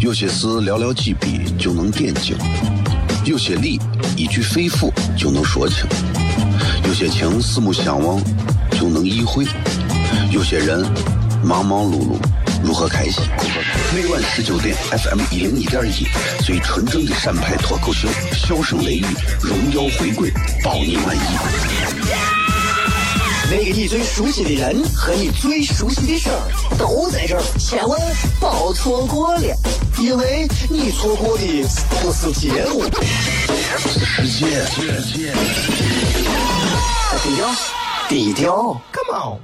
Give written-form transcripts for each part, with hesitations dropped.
有些事寥寥几笔就能点睛，有些理一句肺腑就能说清，有些情四目相望就能意会，有些人忙忙碌碌如何开心。每晚19点 FM 101.1，最纯正的陕派脱口秀，笑声雷雨，荣耀回归，保你满意。 那个你最熟悉的人和你最熟悉的事儿都在这儿，千万别错过了，因为你错过的不是节目， 世界。 低调 ，Come on。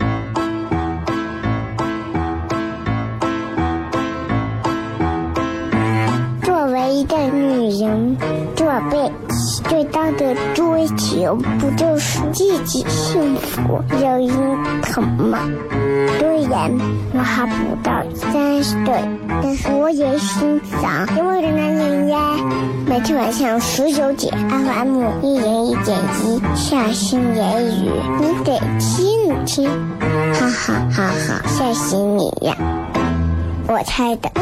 作为一个女人，这辈子最大的追求不就是自己幸福、有人疼吗？虽然我还不到30岁，但是我也欣赏因为的男人呀。每天晚上19点 FM 101.1下心言语，你得听听，哈哈哈哈，吓死你呀！我猜的。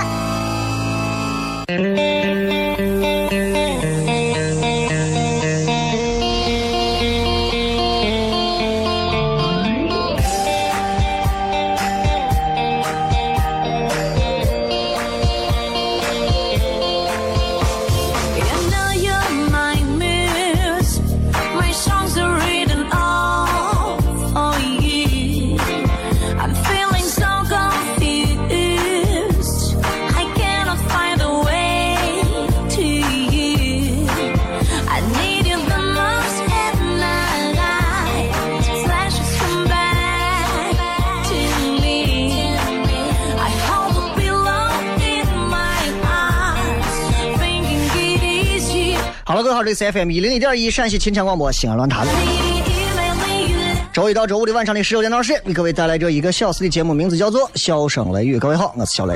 好了，各位好，这是 FM 101.1陕西秦腔广播西安论坛。周一到周五的晚上的19点到10，为各位带来这一个小时的节目，名字叫做《笑声雷雨》。各位好，我是小雷。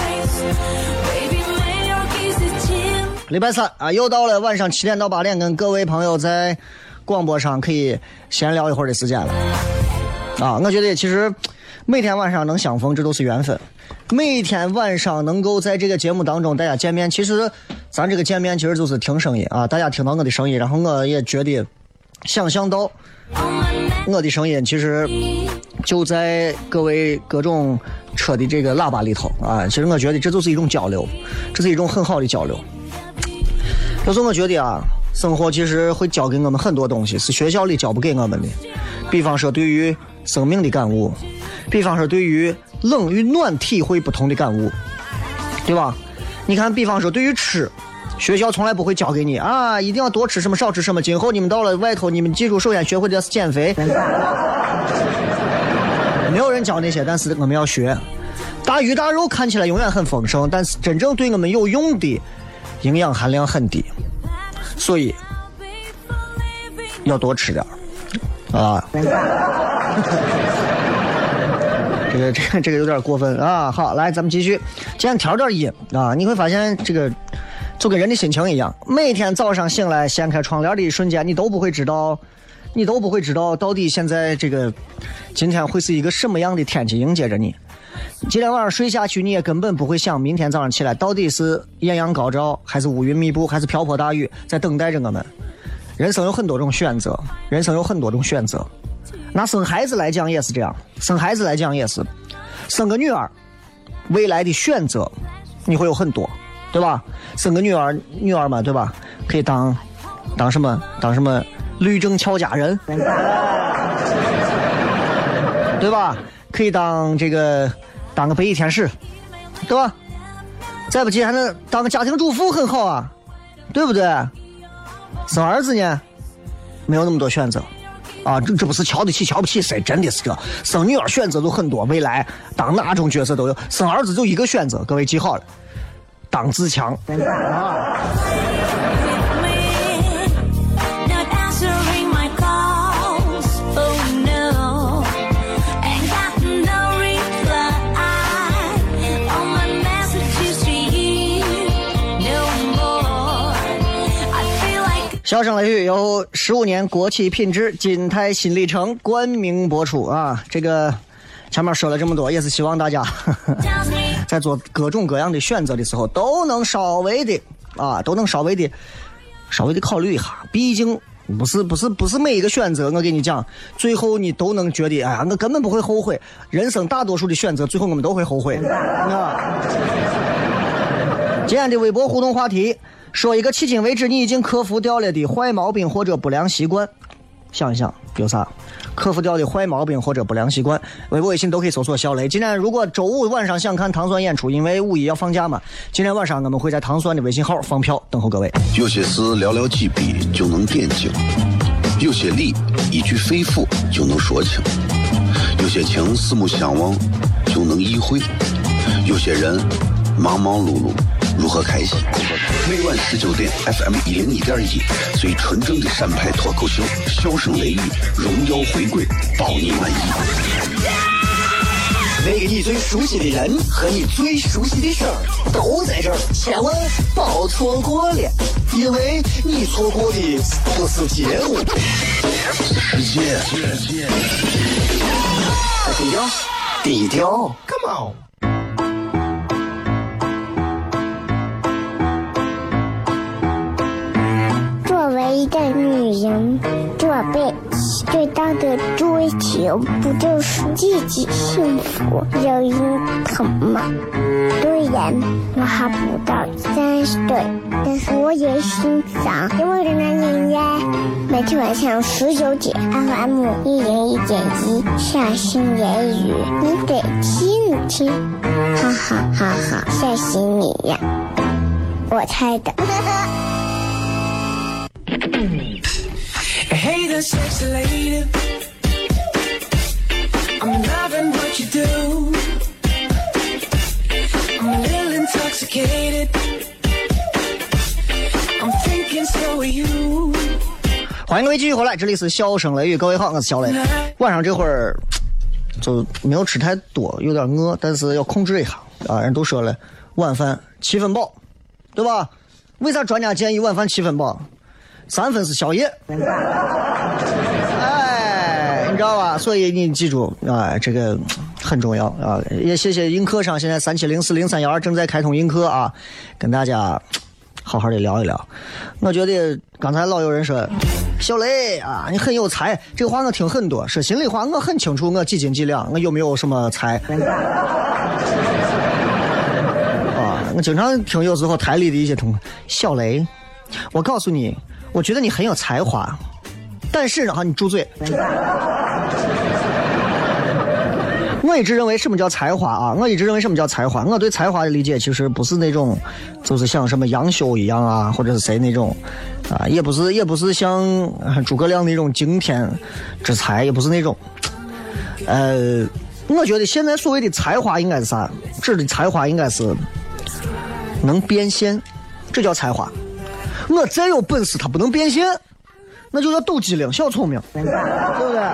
礼拜三啊，又到了晚上7点到8点，跟各位朋友在广播上可以闲聊一会儿的时间了。啊，我觉得其实每天晚上能相逢，这都是缘分。每天晚上能够在这个节目当中大家见面，其实咱这个见面其实就是听声音啊，大家听到我的声音，然后我也觉得想象到我的声音其实就在各位各种车的这个喇叭里头啊，其实我觉得这就是一种交流，这是一种很好的交流。有时候我觉得啊，生活其实会教给我们很多东西，是学校里教不给我们的，比方说对于生命的感悟，比方说对于冷与暖体会不同的感悟，对吧？你看，比方说对于吃，学校从来不会教给你啊，一定要多吃什么少吃什么，今后你们到了外头，你们记住首先学会的是减肥。没有人教那些，但是我们要学。大鱼大肉看起来永远很丰盛，但是真正对我们有用的营养含量很低，所以要多吃点啊。这个有点过分啊！好，来咱们继续，今天调点音啊，你会发现这个就跟人的心情一样，每天早上醒来掀开窗帘的一瞬间，你都不会知道到底现在这个今天会是一个什么样的天气迎接着你。今天晚上睡下去，你也根本不会想明天早上起来到底是艳阳高照，还是乌云密布，还是瓢泼大雨在等待着我们。人生有很多种选择，拿生孩子来讲也是这样，生个女儿，未来的选择你会有很多，对吧？生个女儿嘛，对吧？可以当什么律政俏佳人，对吧？可以当个白衣天使，对吧？再不济还能当个家庭主妇，很好啊，对不对？生儿子呢，没有那么多选择。啊，这不是瞧得起瞧不起谁，真的是这生女儿选择都很多，未来当哪种角色都有，生儿子就一个选择，各位记好了，当自强啊。笑声雷雨由15年国企品质金泰新里程冠名播出啊！这个前面说了这么多，也是希望大家在做各种各样的选择的时候，都能稍微的考虑一下。毕竟不是每一个选择，我给你讲，最后你都能觉得，哎呀，我根本不会后悔。人生大多数的选择，最后我们都会后悔。今天的微博互动话题，说一个迄今为止你已经克服掉了的坏毛病或者不良习惯，想一想有啥？克服掉的坏毛病或者不良习惯，微博微信都可以搜索小雷。今天如果周五晚上想看糖酸演出，因为5·1要放假嘛，今天晚上我们会在糖酸的微信号放票等候各位。 有些事寥寥几笔就能点睛，有些理一句肺腑就能说清，有些情四目相望就能意会，有些人忙忙碌碌如何开心？每晚19点 FM 101.1，最纯正的陕派脱口秀，笑声雷雨，荣耀回归，保你满意。 那个你最熟悉的人和你最熟悉的事儿都在这儿，千万别错过了，因为你错过的不是节目， 世界。 低调 ，Come on。 作为一个女人，做背最大的追求不就是自己幸福有人疼吗？虽然我还不到30岁，但是我也欣赏因为的男人呀。每天晚上19点 FM 101.1下心言语，你得听听，哈哈哈哈，吓死你呀！我猜的。 Hey, the sexy lady. I'm loving what you do. I'm a little intoxicated. I'm thinking so are you. 欢迎各位继续回来，这里是笑声雷雨，各位好，我是小雷。晚上这会儿就没有吃太多，有点饿，但是要控制一下啊。人都说了，晚饭7分饱，对吧？为啥专家建议晚饭7分饱？3分是宵夜，哎，你知道吧？所以你记住啊，这个很重要啊！也谢谢映客上现在37040312正在开通映客啊，跟大家好好的聊一聊。我觉得刚才老有人说小雷啊，你很有才，这个话我听很多。说心里话，我很清楚我几斤几两，我有没有什么才啊？我经常听有时候台里的一些同小雷，我告诉你。我觉得你很有才华，但是呢，你住嘴。我一直认为什么叫才华啊？我对才华的理解其实不是那种，就是像什么杨修一样啊，或者是谁那种啊，也不是像诸葛亮那种惊天之才，也不是那种。我觉得现在所谓的才华应该是啥？指的才华应该是能变现，这叫才华。我再有本事他不能变现，那就叫抖机灵小聪明，对不对？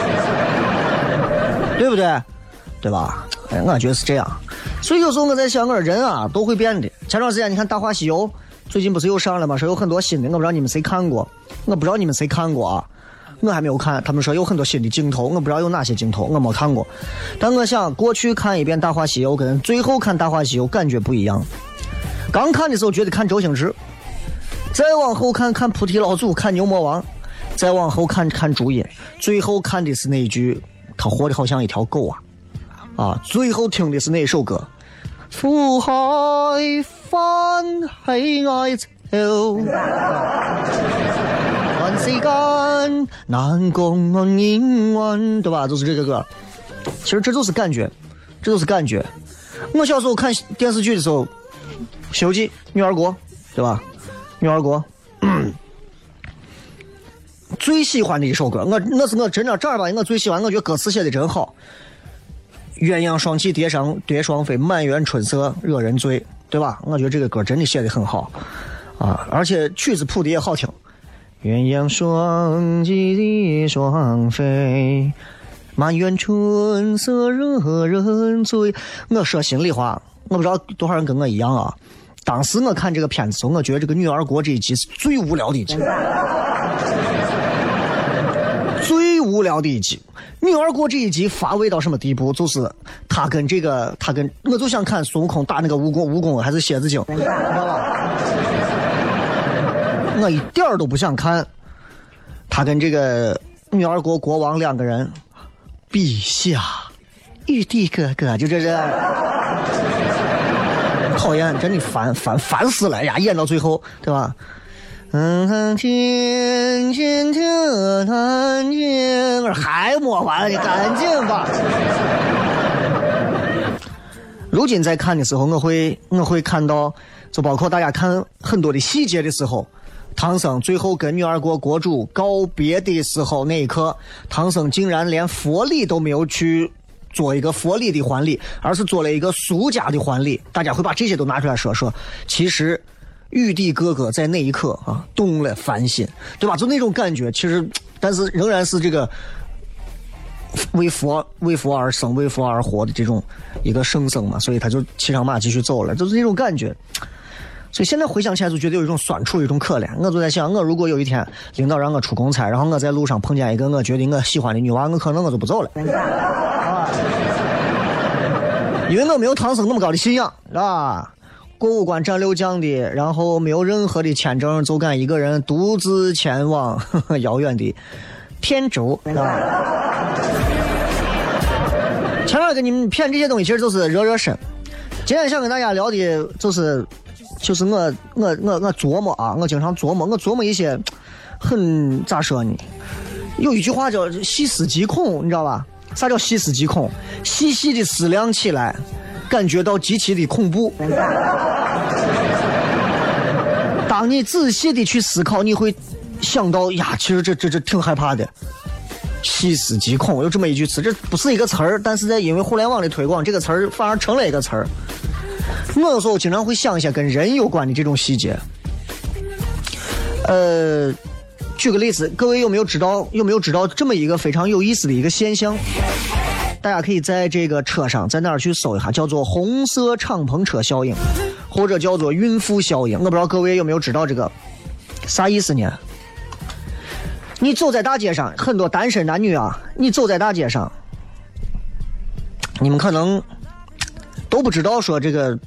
对不对？对吧？哎，我觉得是这样。所以有时候我在想，人啊都会变的。前段时间你看《大话西游》最近不是又上了吗？说有很多新的，我不知道你们谁看过，啊，我还没有看。他们说有很多新的镜头，我不知道有哪些镜头，我没看过。但我想过去看一遍《大话西游》跟最后看《大话西游》感觉不一样。刚看的时候觉得看周星驰。再往后看菩提老祖，看牛魔王，再往后看朱茵，最后看的是那一句他活得好像一条狗啊！最后听的是那首歌苦海翻起愛潮還是間難共命運，對吧？就是這個歌。其實這就是感覺，我小時候看電視劇的時候，西遊記女兒國，對吧？女兒國最喜歡的一首歌，那是我真的正儿八經我最喜歡，我覺得歌詞寫的真好。鴛鴦雙棲蝶雙飛，滿園春色惹人醉，對吧？我覺得這個歌真的寫的很好啊，而且曲子譜的也好聽。鴛鴦雙棲蝶雙飛，滿園春色惹人醉。我說心裡話，我不知道多少人跟我一樣啊。當時我看這個片子時候，我覺得這個女兒國這一集是最無聊的一集，最無无聊的一集。女儿国这一集乏味到什么地步？就是他跟我就想看孙悟空打那个蜈蚣还是蝎子精，你知道吧？我一点儿都不想看他跟这个女儿国国王两个人，陛下，玉帝哥哥，就这讨厌，真的烦死了呀！演到最后，对吧？亲亲这团结，还没完了，你赶紧吧。如今在看的时候，我会看到，就包括大家看很多的细节的时候，唐僧最后跟女儿国国主告别的时候，那一刻，唐僧竟然连佛礼都没有去做一个佛礼的还礼，而是做了一个俗家的还礼。大家会把这些都拿出来说，其实玉帝哥哥在那一刻啊动了凡心，对吧？就那种感觉，其实但是仍然是这个为佛而生、为佛而活的这种一个圣僧嘛，所以他就骑上马继续走了，就是那种感觉。所以现在回想起来就觉得有一种酸楚，有一种可怜。我就在想，我如果有一天领导让我出公差，然后我在路上碰见一个我觉得我喜欢的女娃，我可能我就不走了，因为我没有唐僧那么高的信仰，是吧？过五关斩六将的，然后没有任何的签证，就敢一个人独自前往遥远的天竺，是吧？前面跟你们骗这些东西，其实就是热身。今天想跟大家聊的就是我琢磨啊，我经常琢磨一些很咋说呢？有一句话叫细思极恐，你知道吧？啥叫细思极恐？细细的思量起来，感觉到极其的恐怖。当你仔细的去思考，你会想到呀，其实这挺害怕的。细思极恐有这么一句词，这不是一个词儿，但是在因为互联网的推广，这个词儿反而成了一个词儿。我有时候经常会想一下跟人有关的这种细节。举个例子，各位有没有知道这么一个非常有意思的一个现象？大家可以在这个车上在那儿去搜一下，叫做红色敞篷车效应，或者叫做孕妇效应。我不知道各位有没有知道这个啥意思呢？你走在大街上，很多单身男女啊，你走在大街上，你们可能都不知道说这个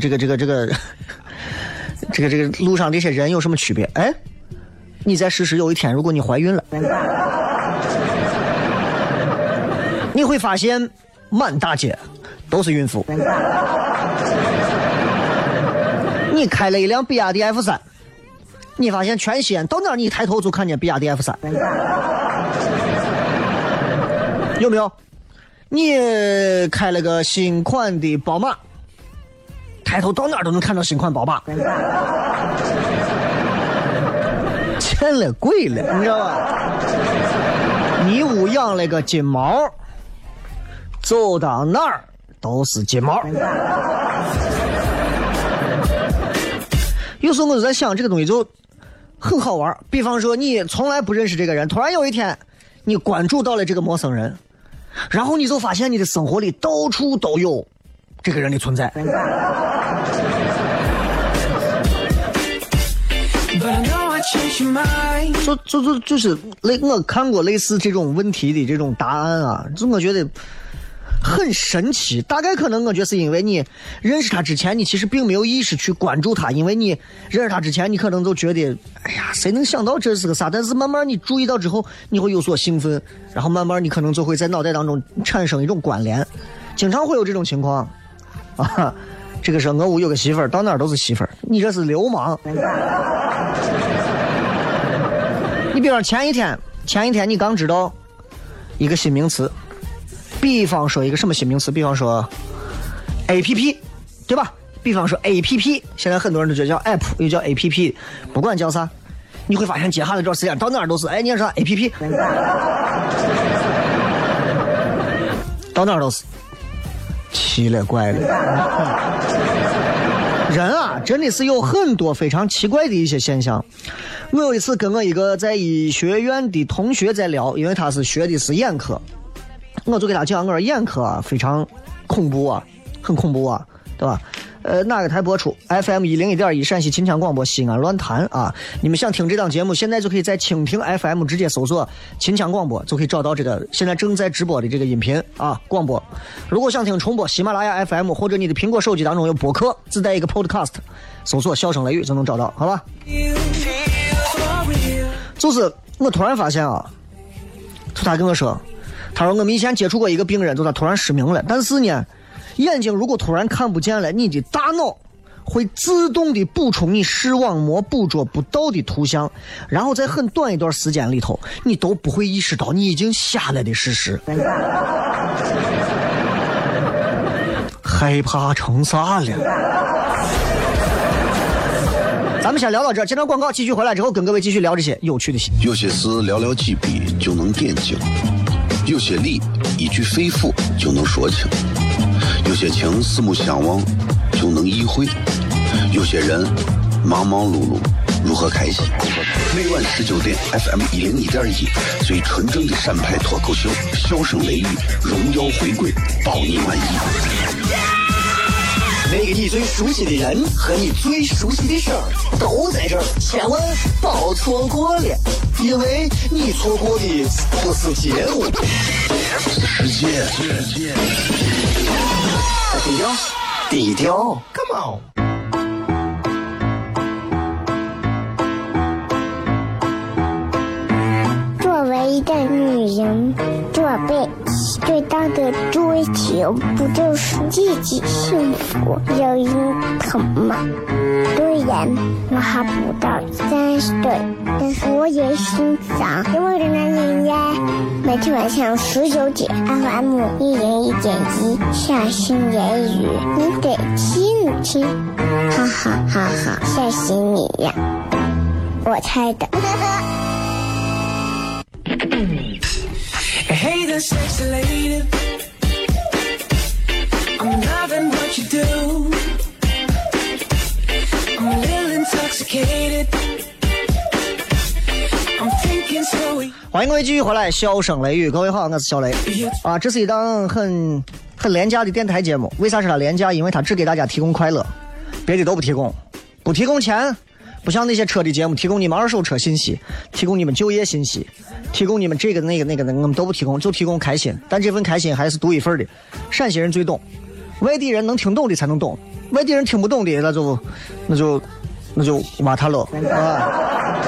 路上这些人有什么区别。哎，你在试试有一天如果你怀孕了，你会发现满大街都是孕妇。你开了一辆比亚迪 F3，你发现全西安到哪儿你一抬头就看见比亚迪 F3，有没有？你开了个新款的宝马，抬头到哪儿都能看到新款宝马，欠了贵了，你知道吧？你屋养了个金毛，走到哪儿都是金毛。有时候我就在想，这个东西就很好玩。比方说你从来不认识这个人，突然有一天你关注到了这个陌生人，然后你就发现你的生活里到处都有这个人的存在。就是我看过类似这种问题的这种答案啊，就我觉得很神奇。大概可能我觉得是因为你认识他之前，你其实并没有意识去关注他，因为你认识他之前，你可能就觉得哎呀，谁能想到这是个啥？但是慢慢你注意到之后，你会有所兴奋，然后慢慢你可能就会在脑袋当中产生一种关联，经常会有这种情况啊。这个时候我屋有个媳妇儿，到哪儿都是媳妇儿，你这是流氓。你比方前一天你刚知道一个新名词，比方说一个什么新名词？比方说 APP， 对吧？比方说 APP， 现在很多人都觉得叫 App， 又叫 APP， 不管叫啥，你会发现接下来这段时间到哪儿都是，哎，你说 APP， 到哪儿都是，奇了怪了。人啊，真的是有很多非常奇怪的一些现象。我有一次跟我一个在医学院的同学在聊，因为他是学的是眼科，我就给他讲，我说眼科啊非常恐怖啊，很恐怖啊，对吧？ 哪个台播出 ？FM 101.1陕西秦腔广播西安论坛啊！你们想听这档节目，现在就可以在蜻蜓 FM 直接搜索秦腔广播，就可以找到这个现在正在直播的这个音频啊广播。如果想听重播，喜马拉雅 FM 或者你的苹果手机当中有播客，自带一个 Podcast， 搜索笑声雷雨就能找到，好吧？就是我突然发现啊，他跟我说，他说我们以前接触过一个病人，就他突然失明了，但是呢，眼睛如果突然看不见了，你的大脑会自动的补充你视网膜捕捉不到的图像，然后在很短一段时间里头，你都不会意识到你已经瞎了的事实。害怕成啥了？咱们先聊到这儿，接着广告继续回来之后，跟各位继续聊这些有趣的事。 有些事寥寥几笔就能点睛，有些理一句肺腑就能说清，有些情四目相望就能意会，有些人忙忙碌碌如何开心？每晚19点 FM 101.1，最纯正的陕派脱口秀，笑声雷雨，荣耀回归，保你满意。 那个你最熟悉的人和你最熟悉的事儿都在这儿，千万别错过了，因为你错过的不是节目， 是世界。 低调 Come on。 作为一个女人，做辈子最大的追求不就是自己幸福有人疼吗？虽然我还不到30岁，但是我也心脏因为的男人呀。每天晚上19点 FM 101.1下心言语，你得听听，哈哈哈哈，吓死你呀！我猜的。 Hey, the sexy lady. I'm loving what you do. I'm a little intoxicated. I'm thinking slowly. 欢迎各位继续回来，笑声雷雨，各位好，我是小雷啊。这是一档很廉价的电台节目，为啥是它廉价？因为它只给大家提供快乐，别的都不提供，不提供钱。不像那些车的节目提供你们二手车信息，提供你们就业信息，提供你们这个那个我们都不提供，就提供开心。但这份开心还是独一份的，陕西人最懂，外地人能听懂的才能懂，外地人听不懂的那就挖他了啊，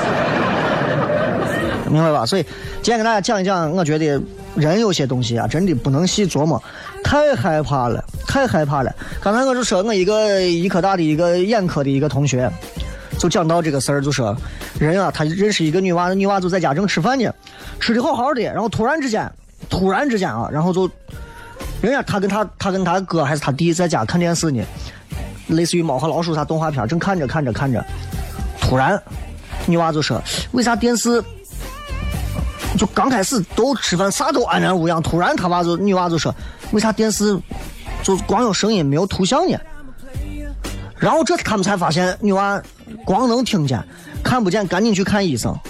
明白吧？所以今天给大家讲一讲，我觉得人有些东西啊，真的不能细琢磨，太害怕了。刚才我就说我一个医科大的一个眼科的一个同学。就讲到这个事儿，就说人啊，他认识一个女娃，女娃就在家正吃饭呢，吃的好好的，然后突然之间啊，然后就人家他跟他哥还是他弟在家看电视呢，类似于猫和老鼠啥动画片，正看着，突然女娃就说为啥电视就刚开始都吃饭啥都安然无恙，突然女娃就说为啥电视就光有声音没有图像呢？然后这他们才发现女娃光能听见看不见，赶紧去看医生。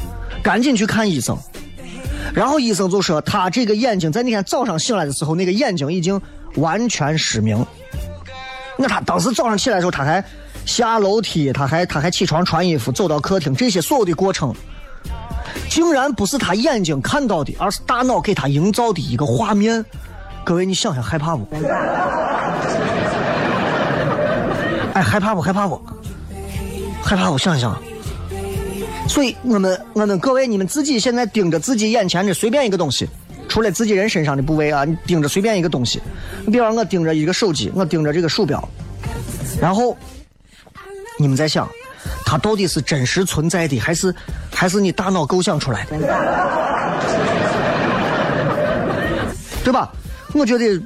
然后医生就说他这个眼睛在那天早上醒来的时候，那个眼睛已经完全失明。那他当时早上起来的时候，他还下楼梯，他还起床穿衣服走到客厅，这些所有的过程竟然不是他眼睛看到的，而是大脑给他营造的一个画面。各位你想想害怕不？哎，害怕不？想想。所以我们各位，你们自己现在盯着自己眼前的随便一个东西，除了自己人身上的部位啊，你盯着随便一个东西，你比方我盯着一个手机，我盯着这个手表，然后你们在想，它到底是真实存在的，还是你大脑构想出来的，对吧？我觉得。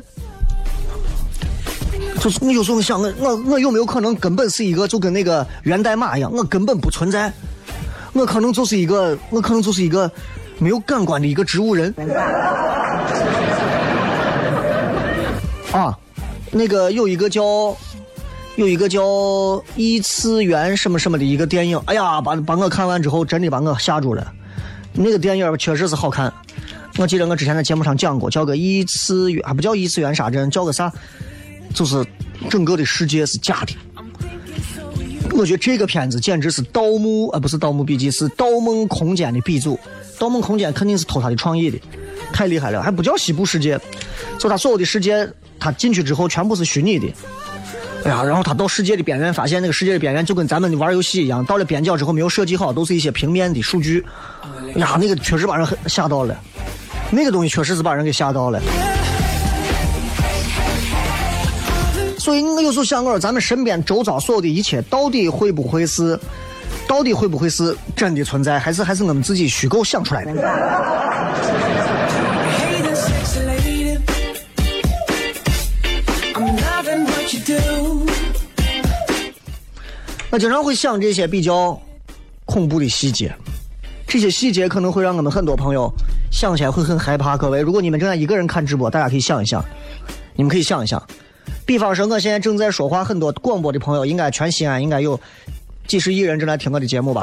就是我有时候想，我有没有可能根本是一个就跟那个源代码一样，我根本不存在，我可能就是一个没有感官的一个植物人啊。那个有一个叫异次元什么什么的一个电影，哎呀，把我看完之后真的把我吓住了。那个电影确实是好看，我记得我之前在节目上讲过，叫个异次元，还不叫异次元啥，真叫个啥，就是整个的世界是假的。我觉得这个片子简直是不是盗墓笔记，是《盗梦空间》的鼻祖。盗梦空间肯定是偷他的创意的，太厉害了，还不叫西部世界，就他所有的世界，他进去之后全部是虚拟的。哎呀，然后他到世界的边缘，发现那个世界的边缘就跟咱们玩游戏一样，到了边角之后没有设计好，都是一些平面的数据。哎呀，那个确实把人吓到了，那个东西确实是把人给吓到了。所以我有时候想，咱们身边周遭所有的一切，到底会不会是真的存在，还是我们自己虚构想出来的？我经常会想这些比较恐怖的细节，这些细节可能会让我们很多朋友想起来会很害怕。各位，如果你们正在一个人看直播，大家可以想一想，你们可以想一想。比方说我现在正在说话，很多广播的朋友应该全西安应该有几十亿人正在听我的节目吧，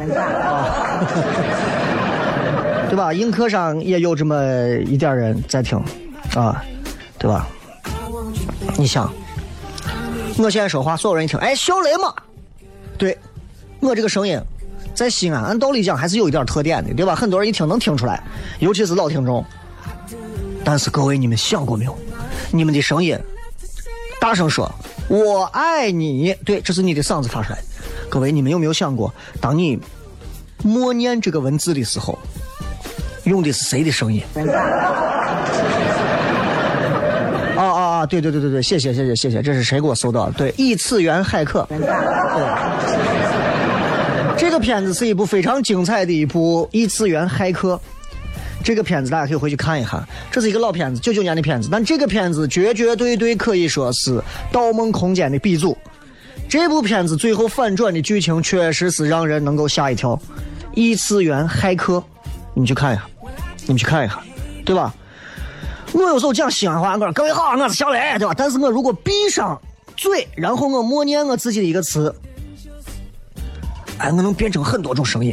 对吧？映客上也有这么一点人在听啊，对吧？你想我现在说话所有人一听，哎，小雷嘛，对，我这个声音在西安按道理讲还是有一点特点的，对吧？很多人一听能听出来，尤其是老听众。但是各位，你们想过没有，你们的声音大声说我爱你，对，这是你的嗓子发出来的。各位，你们有没有想过，当你默念这个文字的时候用的是谁的声音？对，谢谢，这是谁给我搜到的？对，异次元骇客。对，这个片子是一部非常精彩的一部异次元骇客。这个片子大家可以回去看一看，这是一个老片子，99年的片子，但这个片子绝对可以说是《盗梦空间》的鼻祖。这部片子最后反转的剧情确实是让人能够吓一跳。异次元骇客，你们去看一下，对吧？我有时候讲西安话，各位好，我是小雷，对吧？但是我如果闭上嘴，然后我默念我自己的一个词，哎，我能变成很多种声音。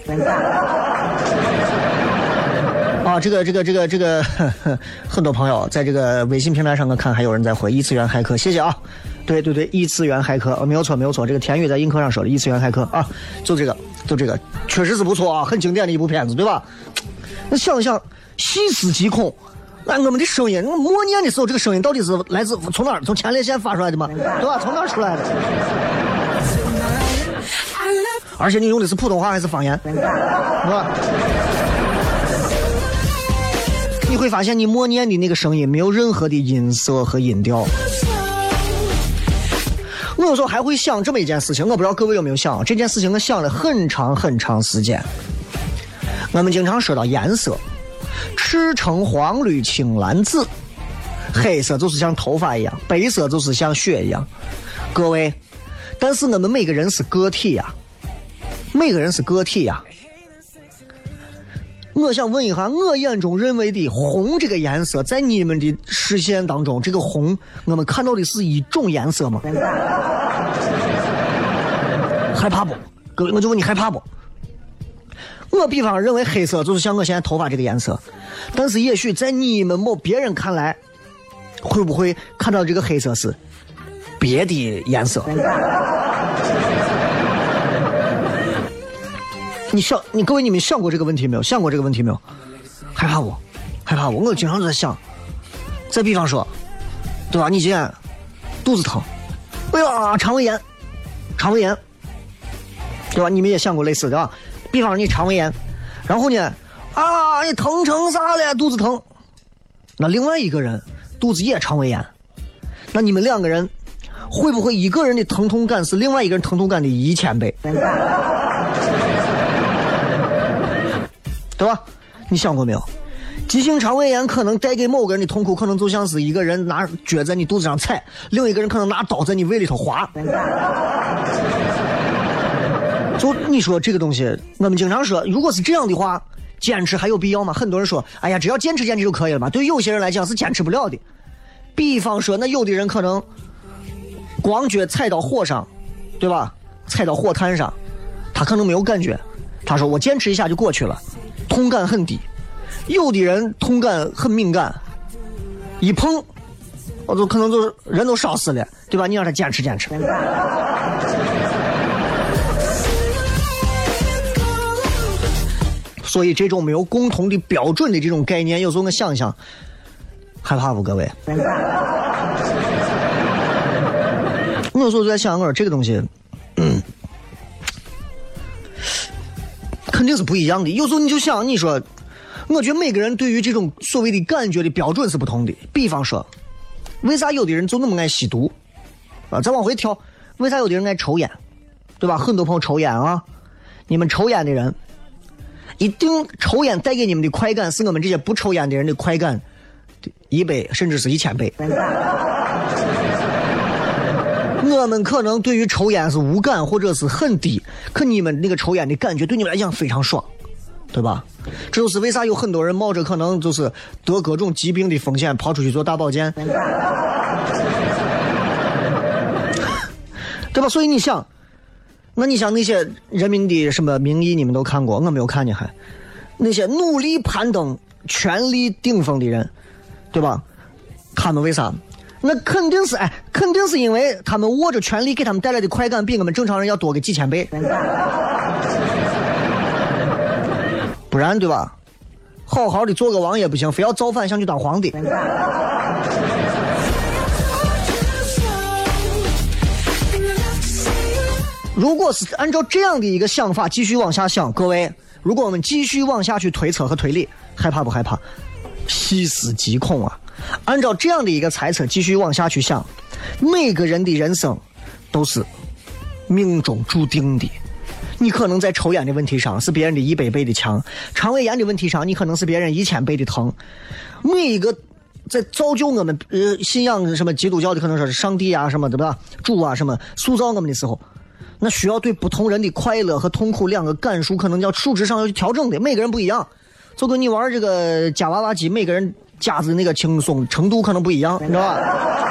啊，这个，很多朋友在这个微信平台上，我看还有人在回异次元骇客，谢谢啊。对，异次元骇客，没有错。这个田宇在映客上说的异次元骇客啊，就这个，确实是不错啊，很经典的一部片子，对吧？那想一想，细思极恐，那我们的声音，默念的时候，这个声音到底是来自从哪儿？从前列腺发出来的吗？对吧？从哪儿出来的？而且你用的是普通话还是方言？是吧？你会发现你默念的那个声音没有任何的音色和音调。我有时候还会想这么一件事情，我不知道各位有没有想这件事情，我想了很长时间。我们经常说到颜色，赤橙黄绿青蓝紫，黑色就是像头发一样，白色就是像血一样。各位，但是我们每个人是个体呀，我想问一下，我眼中认为的红这个颜色，在你们的视线当中，这个红我们看到的是一种颜色吗？害怕不？各位，我就问你害怕不？我比方认为黑色就是像我现在头发这个颜色，但是也许在你们别人看来，会不会看到这个黑色是别的颜色？各位，你们想过这个问题没有？害怕我，我经常在想。再比方说，对吧？你今天肚子疼，哎呀，肠胃炎，对吧？你们也想过类似的吧？比方说你肠胃炎，然后呢，啊，你疼成啥了？肚子疼。那另外一个人肚子也肠胃炎，那你们两个人会不会一个人的疼痛感是另外一个人疼痛感的1000倍？对吧？你想过没有？急性肠胃炎可能带给某个人的痛苦，可能就像是一个人拿脚在你肚子上踩，另一个人可能拿刀在你胃里头划。就你说这个东西，我们经常说，如果是这样的话，坚持还有必要吗？很多人说，哎呀，只要坚持就可以了嘛。对有些人来讲是坚持不了的。比方说，那有的人可能光脚踩到火上，对吧？踩到火炭上，他可能没有感觉。他说我坚持一下就过去了，痛感很低。有的人痛感很敏感，一碰我都可能就是人都烧死了，对吧？你让他坚持坚持。所以这种没有共同的标准的这种概念，有时候我想想，害怕不各位？我有时候就在想，我说这个东西，肯定是不一样的。有时候你就想，你说，我觉得每个人对于这种所谓的感觉的标准是不同的。比方说，为啥有的人就那么爱吸毒啊？再往回跳，为啥有的人爱抽烟，对吧？很多朋友抽烟啊，你们抽烟的人，一定抽烟带给你们的快感是我们这些不抽烟的人的快感1倍甚至是1000倍。我们可能对于抽烟是无感或者是很低，可你们那个抽烟的感觉对你们来讲非常爽，对吧？这就是为啥有很多人冒着可能就是得各种疾病的风险跑出去做大保健，对吧？所以你想，那你想那些人民的什么名义你们都看过，我没有看见，还那些努力攀登权力顶峰的人，对吧？他们为啥？那肯定是肯定是因为他们握着权力给他们带来的快感比我们正常人要多个几千倍，不然对吧？好好的做个王也不行，非要造反想去当皇帝。如果是按照这样的一个想法继续往下想，各位，如果我们继续往下去推测和推理，害怕不害怕？细思极恐啊！按照这样的一个猜测继续往下去想，每个人的人生都是命中注定的。你可能在抽烟的问题上是别人的100倍的强，肠胃炎的问题上你可能是别人1000倍的疼。每一个在造就我们信仰什么基督教的可能说是上帝啊什么对吧，主啊什么塑造我们的时候，那需要对不同人的快乐和痛苦两个感受可能要数值上要去调整的，每个人不一样。就跟你玩这个夹娃娃机，每个人夹子那个轻松程度可能不一样，你知道吧？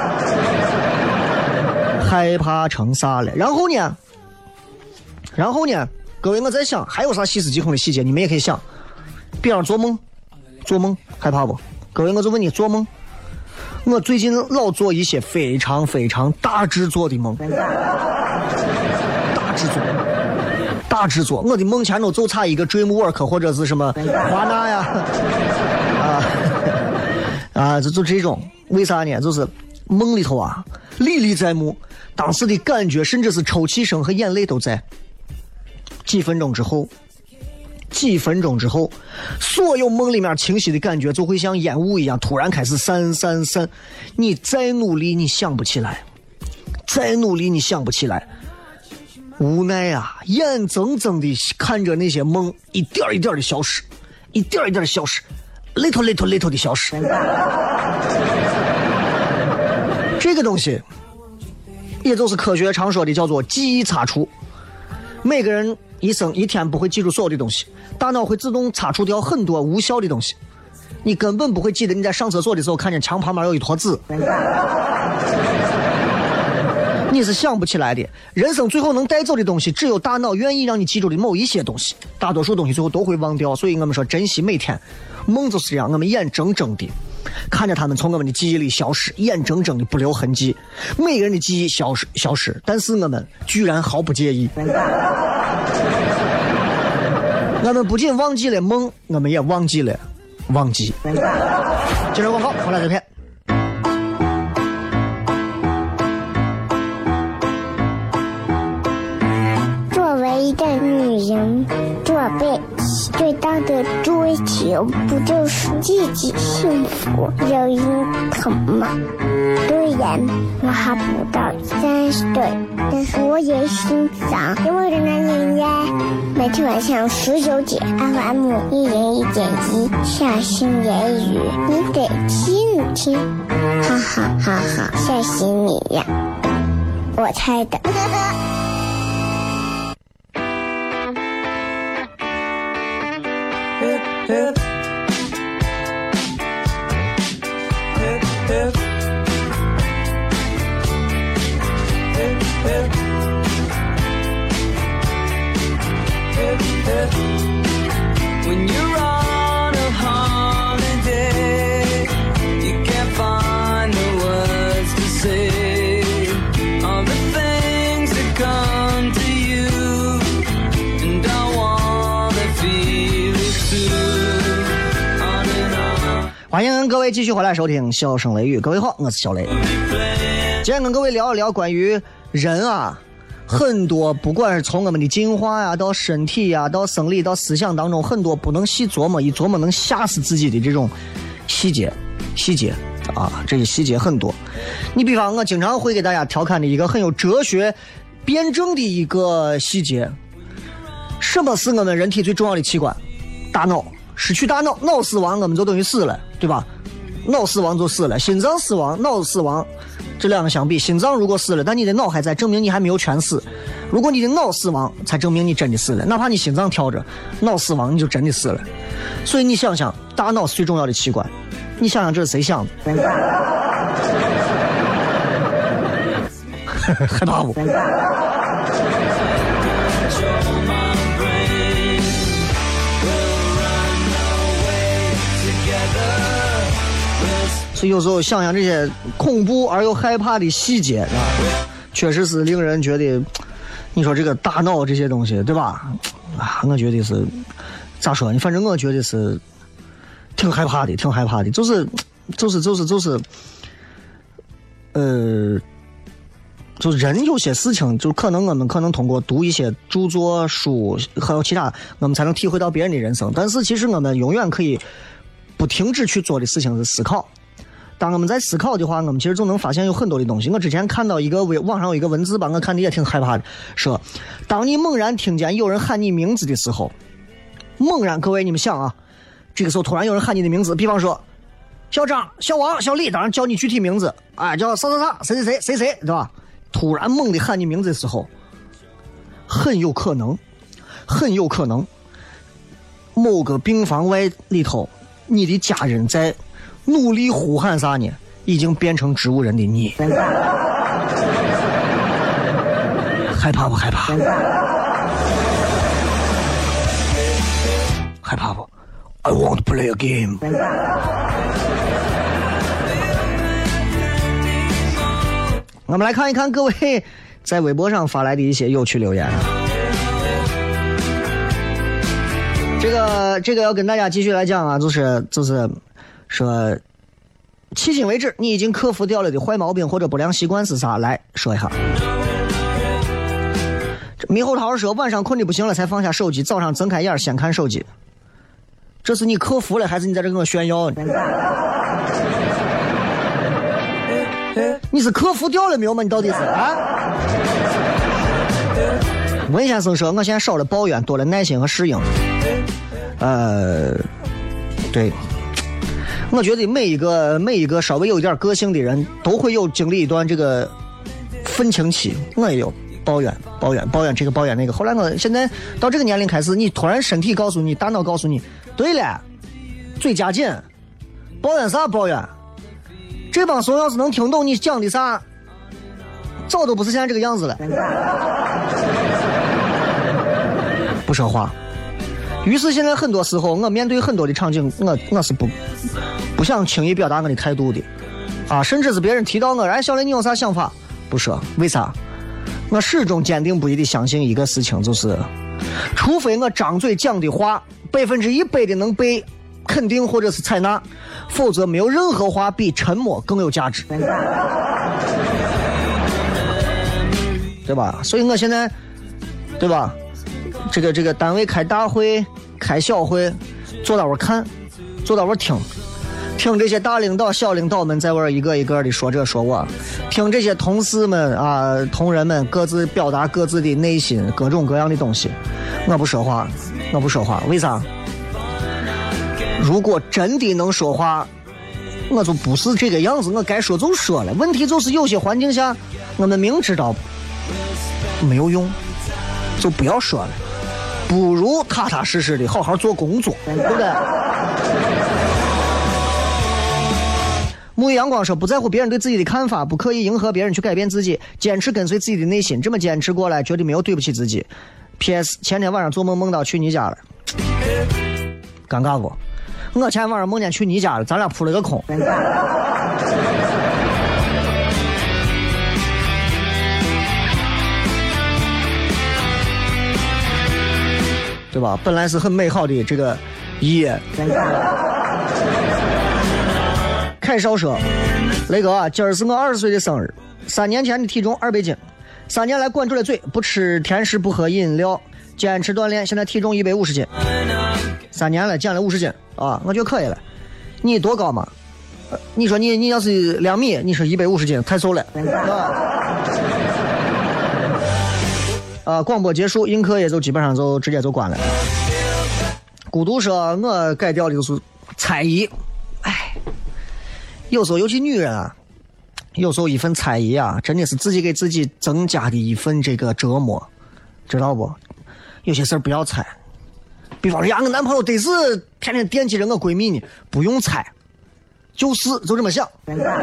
害怕成啥了？然后呢？各位，我在想还有啥细思极恐的细节，你们也可以想。比方做梦害怕不？各位，我就问你，做梦。我最近老做一些非常非常大制作的梦，大制作，我的梦前头就差一个 DreamWork 或者是什么华纳呀，就这种，为啥呢？就是梦里头啊，历历在目，当时的感觉，甚至是抽泣声和眼泪都在。几分钟之后，所有梦里面清晰的感觉就会像烟雾一样突然开始散，你再努力你想不起来，无奈啊，眼睁睁的看着那些梦一点一点的消失，little的消失。这个东西也就是科学常说的叫做记忆擦除。每个人一生一天不会记住所有的东西，大脑会自动擦除掉很多无效的东西，你根本不会记得你在上厕所的时候看见墙旁边有一坨字，你是想不起来的。人生最后能带走的东西，只有大脑愿意让你记住的某一些东西，大多数东西最后都会忘掉。所以我们说珍惜每天。梦就是这样，我们眼睁睁的看着他们从我们的记忆里消失，眼睁睁的不留痕迹，每个人的记忆消失，但是我们居然毫不介意。我们不仅忘记了梦，我们也忘记了忘记。接着广告，回来再片。 作为一个女人，做辈最大的追求不就是自己幸福有人疼吗？虽然我还不到30岁，但是我也心脏因为人人呀。每天晚上19点 FM 101.1下心言语，你得听听，哈哈哈哈，吓死你呀！我猜的。 When you're on a holiday, you can't find the words 欢迎各位继续回来收听笑声雷雨。各位好，我是小雷。今天跟各位聊一聊关于人啊，很多不管是从我们的进化呀，到身体呀，到生理，到思想当中，很多不能细琢磨，一琢磨能吓死自己的这种细节啊，这个细节很多。你比方我经常会给大家调侃的一个很有哲学辩证的一个细节，什么是我们人体最重要的器官？大脑。失去大脑，脑死亡我们就等于死了，对吧？脑死亡就死了，心脏死亡，脑死亡，这两个相比，心脏如果死了，但你的脑还在，证明你还没有全死；如果你的脑死亡，才证明你真的死了。哪怕你心脏跳着，脑死亡你就真的死了。所以你想想，大脑是最重要的器官，你想想这是谁想的？害怕不？所以有时候想想这些恐怖而又害怕的细节啊，确实是令人觉得，你说这个大脑这些东西，对吧？啊，我觉得是咋说呢？反正我觉得是挺害怕的，就是，就人有些事情，就可能我们可能通过读一些著作书还有其他，我们才能体会到别人的人生。但是其实我们永远可以不停止去做的事情是思考。当我们在思考的话，我们其实就能发现有很多的东西。我之前看到一个网上有一个文字吧，我看的也挺害怕的，说当你猛然听见有人喊你名字的时候，猛然，各位你们想啊，这个时候突然有人喊你的名字，比方说小张、小王、小李，当然叫你具体名字，哎，叫啥谁，对吧？突然猛地喊你名字的时候，很有可能某个病房外里头，你的家人在努力呼喊啥呢？已经变成植物人的你，害怕不害怕？害怕不 ？I want to play a game。我们来看一看各位在微博上发来的一些有趣留言。这个要跟大家继续来讲啊，就是说，迄今为止你已经克服掉了的坏毛病或者不良习惯是啥？来说一下。猕猴桃说晚上困得不行了才放下手机，早上睁开眼先看手机。这是你克服了还是你在这跟我炫耀呢？你是克服掉了没有吗？你到底是啊？文先生说我现在少了抱怨，多了耐心和适应。对，我觉得每一个稍微有一点个性的人都会有经历一段这个愤青期。我也有抱怨这个抱怨那个，后来我现在到这个年龄开始，你突然身体告诉你，大脑告诉你，对了，嘴加紧，抱怨啥抱怨？这帮怂要是能听懂你讲的啥，早都不是现在这个样子了。不说话。于是现在很多时候，我面对很多的场景，我是不想轻易表达我的态度的，啊，甚至是别人提到我，哎，小雷你有啥想法？不说，为啥？我始终坚定不移地相信一个事情，就是除非我张嘴讲的话100%的能被肯定或者是采纳，否则没有任何话比沉默更有价值，对吧？所以我现在，对吧？这个单位开大会、开小会，坐到我看，坐到我听这些大领导、小领导们在我一个一个的说这说我，听这些同事们啊、同仁们各自表达各自的内心各种各样的东西，我不说话，为啥？如果真的能说话，我就不是这个样子，我该说就说了。问题就是有些环境下，我们明知道没有用，就不要说了，不如踏踏实实的好好做工作，对不对？沐浴阳光说不在乎别人对自己的看法，不刻意迎合别人去改变自己，坚持跟随自己的内心，这么坚持过来绝对没有对不起自己。 PS 前天晚上做梦到去你家了，尴尬不？我前天晚上梦见去你家了，咱俩扑了个空。对吧？本来是很美好的这个夜。 凯少说，雷哥啊，今儿是我20岁的生日，3年前的体重200斤，3年来管住了嘴，不吃甜食，不喝饮料，坚持锻炼，现在体重150斤，3年了减了50斤啊，我觉得可以了。你多高嘛？你说你要是2米，你是150斤，太瘦了啊！广播结束，映客也就基本上就直接就关了。孤独说，我改掉的就是猜疑，哎，有时候尤其女人啊，有时候一份猜疑啊，真的是自己给自己增加的一份这个折磨，知道不？有些事儿不要猜，比方说呀，我男朋友得是天天惦记着我闺蜜呢，不用猜，就这么想。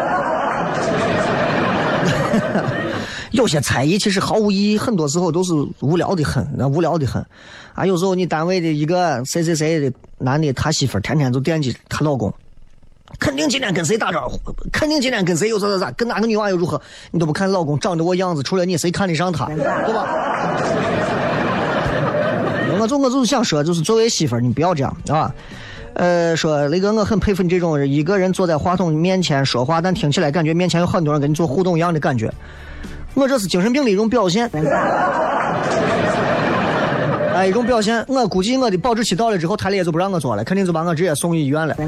有些猜疑其实毫无意义，很多时候都是无聊的很啊！有时候你单位的一个谁的男的，他媳妇天天就惦记他老公，肯定今天跟谁打招呼，肯定今天跟谁又咋，跟哪个女娃又如何，你都不看老公长得我样子，除了你谁看得上他，对吧？我就是想说，就是作为媳妇儿，你不要这样啊。说雷哥，我很佩服你这种一个人坐在话筒面前说话，但听起来感觉面前有很多人跟你做互动一样的感觉。我这是精神病的一种表现，一种表现。我估计我的保质期到了之后，他俩也就不让我做了，肯定就把我直接送医院了。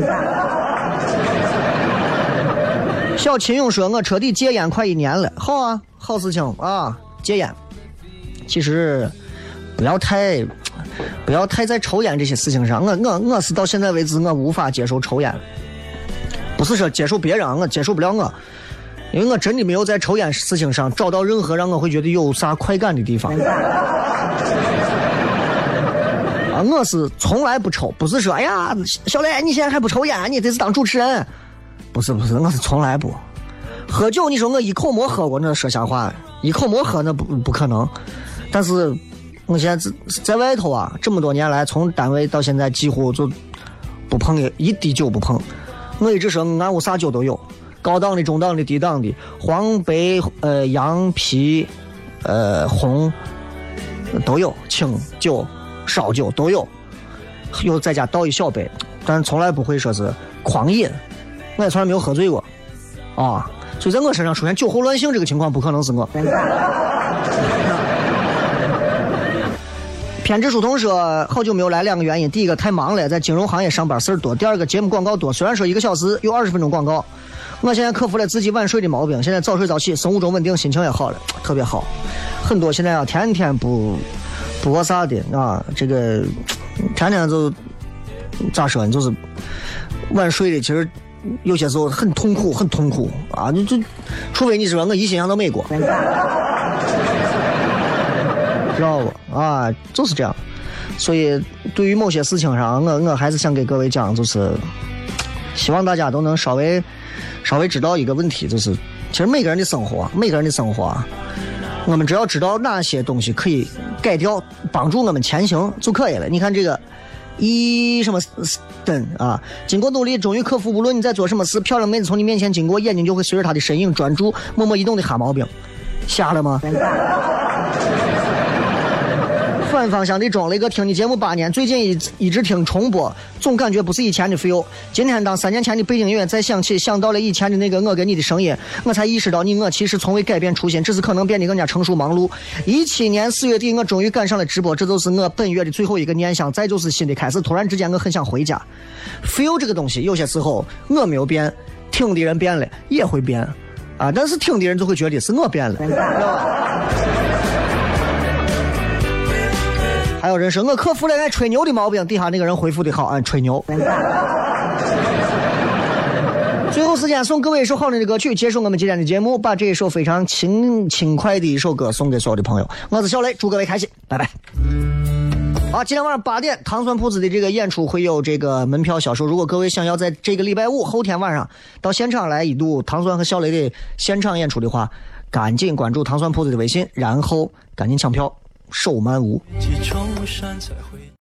小秦勇说，我彻底戒烟快1年了，好啊，好事情啊，戒烟。其实不要太在抽烟这些事情上，我是到现在为止我无法接受抽烟，不是说接受别人，我接受不了我。因为我真的没有在抽烟事情上找到任何让我会觉得有啥快感的地方啊！我是从来不抽，不是说哎呀小雷你现在还不抽烟，你这是当主持人，不是，我是从来不喝酒。你说我一口没喝过，那说瞎话，一口没喝那不可能。但是我现在在外头啊，这么多年来，从单位到现在几乎就不碰一滴酒不碰。我一直说俺屋啥酒都有。高档的、中档的、低档的，黄白、羊皮、红都有，清酒、烧酒都有，有在家倒一小杯，但是从来不会说是狂饮，我也从来没有喝醉过啊，所以在我身上出现酒后乱性这个情况不可能是我。偏执书童说，好久没有来2个原因，第一个太忙了，在金融行业上班事儿多，第二个节目广告多，虽然说1个小时有20分钟广告。我现在克服了自己晚睡的毛病，现在早睡早起，生物钟稳定，心情也好了，特别好。很多现在啊，天天不过啥的啊，这个天天就咋说呢，就是晚睡的，其实有些时候很痛苦啊！就除非你说我一心想到美国，知道不啊？就是这样。所以对于某些事情上，我还是想给各位讲，就是希望大家都能稍微知道一个问题，就是其实每个人的生活我们只要知道哪些东西可以改掉，帮助我们前行就可以了。你看这个什么灯啊，经过努力终于克服，无论你在做什么事，漂亮妹子从你面前经过，眼睛就会随着她的身影专注默默移动的哈毛病，瞎了吗？反方向的钟，雷哥听你节目8年，最近一直听重播，总感觉不是以前的 feel。今天当3年前的背景音乐再响起，想到了以前的那个我跟你的声音，我才意识到我其实从未改变初心，只是可能变得更加成熟忙碌。17年4月底，我终于赶上了直播，这就是我本月的最后一个念想，再就是新的开始。突然之间，我很想回家。feel 这个东西，有些时候我没有变，听的人变了也会变啊，但是听的人就会觉得是我变了。还有人说我克服了爱吹牛的毛病，底下那个人回复的好，按吹牛。最后时间送各位一首好听的歌曲，结束我们今天的节目，把这一首非常轻快的一首歌送给所有的朋友。我是小雷，祝各位开心，拜拜。好，今天晚上8点，糖蒜铺子的这个演出会有这个门票销售。如果各位想要在这个礼拜5后天晚上到现场来一睹糖蒜和小雷的现场演出的话，赶紧关注糖蒜铺子的微信，然后赶紧抢票，手慢无。